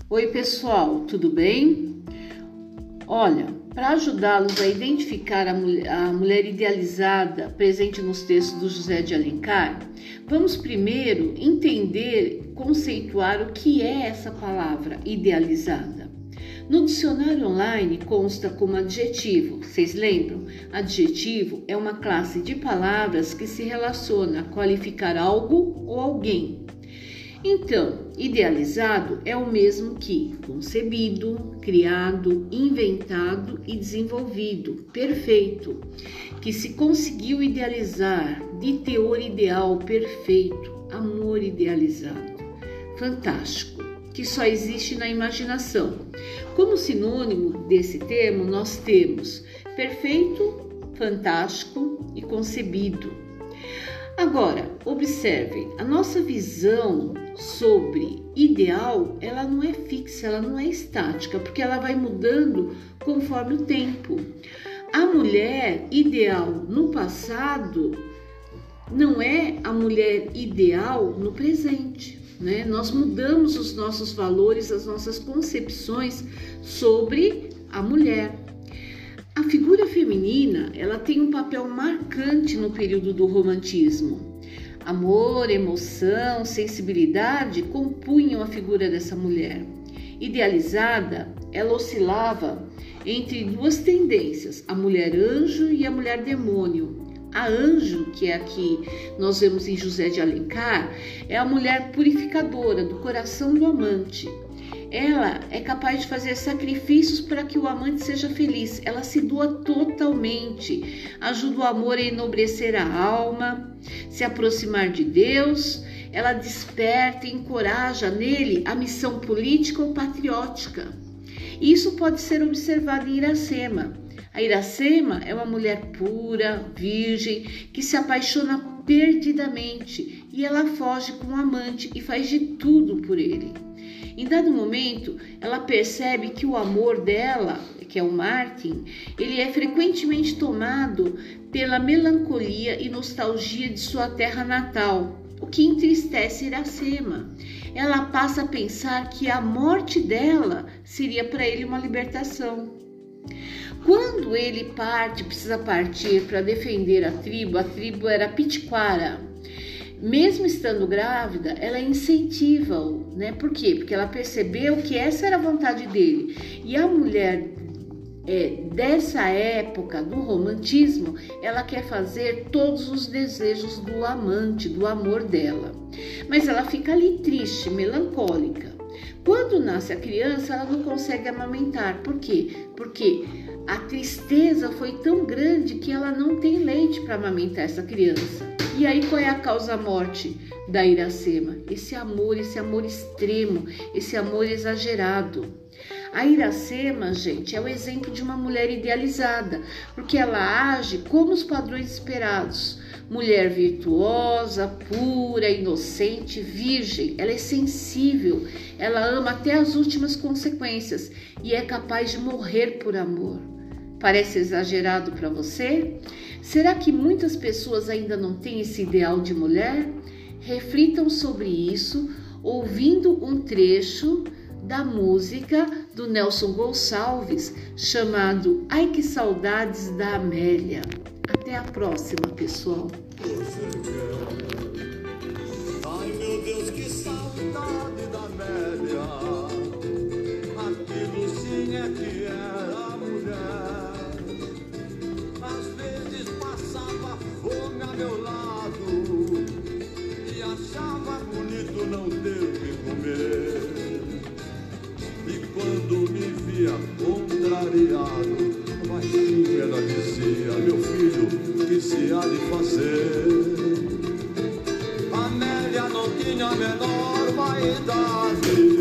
Oi pessoal, tudo bem? Olha, para ajudá-los a identificar a mulher idealizada presente nos textos do José de Alencar, vamos primeiro entender, conceituar o que é essa palavra idealizada. No dicionário online consta como adjetivo, vocês lembram? Adjetivo é uma classe de palavras que se relaciona a qualificar algo ou alguém. Então, idealizado é o mesmo que concebido, criado, inventado e desenvolvido, perfeito, que se conseguiu idealizar, de teor ideal perfeito, amor idealizado, fantástico, que só existe na imaginação. Como sinônimo desse termo, nós temos perfeito, fantástico e concebido. Agora, observem, a nossa visão sobre ideal, ela não é fixa, ela não é estática, porque ela vai mudando conforme o tempo. A mulher ideal no passado não é a mulher ideal no presente, né? Nós mudamos os nossos valores, as nossas concepções sobre a mulher. A figura feminina, ela tem um papel marcante no período do romantismo. Amor, emoção, sensibilidade compunham a figura dessa mulher. Idealizada, ela oscilava entre duas tendências, a mulher anjo e a mulher demônio. A anjo, que é a que nós vemos em José de Alencar, é a mulher purificadora do coração do amante. Ela é capaz de fazer sacrifícios para que o amante seja feliz. Ela se doa totalmente, ajuda o amor a enobrecer a alma, se aproximar de Deus. Ela desperta e encoraja nele a missão política ou patriótica. Isso pode ser observado em Iracema. A Iracema é uma mulher pura, virgem, que se apaixona perdidamente e ela foge com o amante e faz de tudo por ele. Em dado momento, ela percebe que o amor dela, que é o Martin, ele é frequentemente tomado pela melancolia e nostalgia de sua terra natal, o que entristece Iracema. Ela passa a pensar que a morte dela seria para ele uma libertação. Quando ele precisa partir para defender a tribo era Pitiquara. Mesmo estando grávida, ela incentiva-o, né? Por quê? Porque ela percebeu que essa era a vontade dele. E a mulher dessa época do romantismo, ela quer fazer todos os desejos do amante, do amor dela. Mas ela fica ali triste, melancólica. Quando nasce a criança, ela não consegue amamentar. Por quê? Porque a tristeza foi tão grande que ela não tem leite para amamentar essa criança. E aí qual é a causa-morte da Iracema? Esse amor extremo, esse amor exagerado. A Iracema, gente, é o exemplo de uma mulher idealizada, porque ela age como os padrões esperados. Mulher virtuosa, pura, inocente, virgem, ela é sensível, ela ama até as últimas consequências e é capaz de morrer por amor. Parece exagerado para você? Será que muitas pessoas ainda não têm esse ideal de mulher? Reflitam sobre isso ouvindo um trecho da música do Nelson Gonçalves chamado Ai Que Saudades da Amélia. Até a próxima, pessoal. Ai meu Deus, que saudade da Amélia. Aquilo sim é que era mulher. Às vezes passava fome a meu lado e achava bonito não ter que comer. E quando me via contrariado, baixinho ela dizia: meu filho, que se há de fazer? Amélia não tinha a menor vaidade.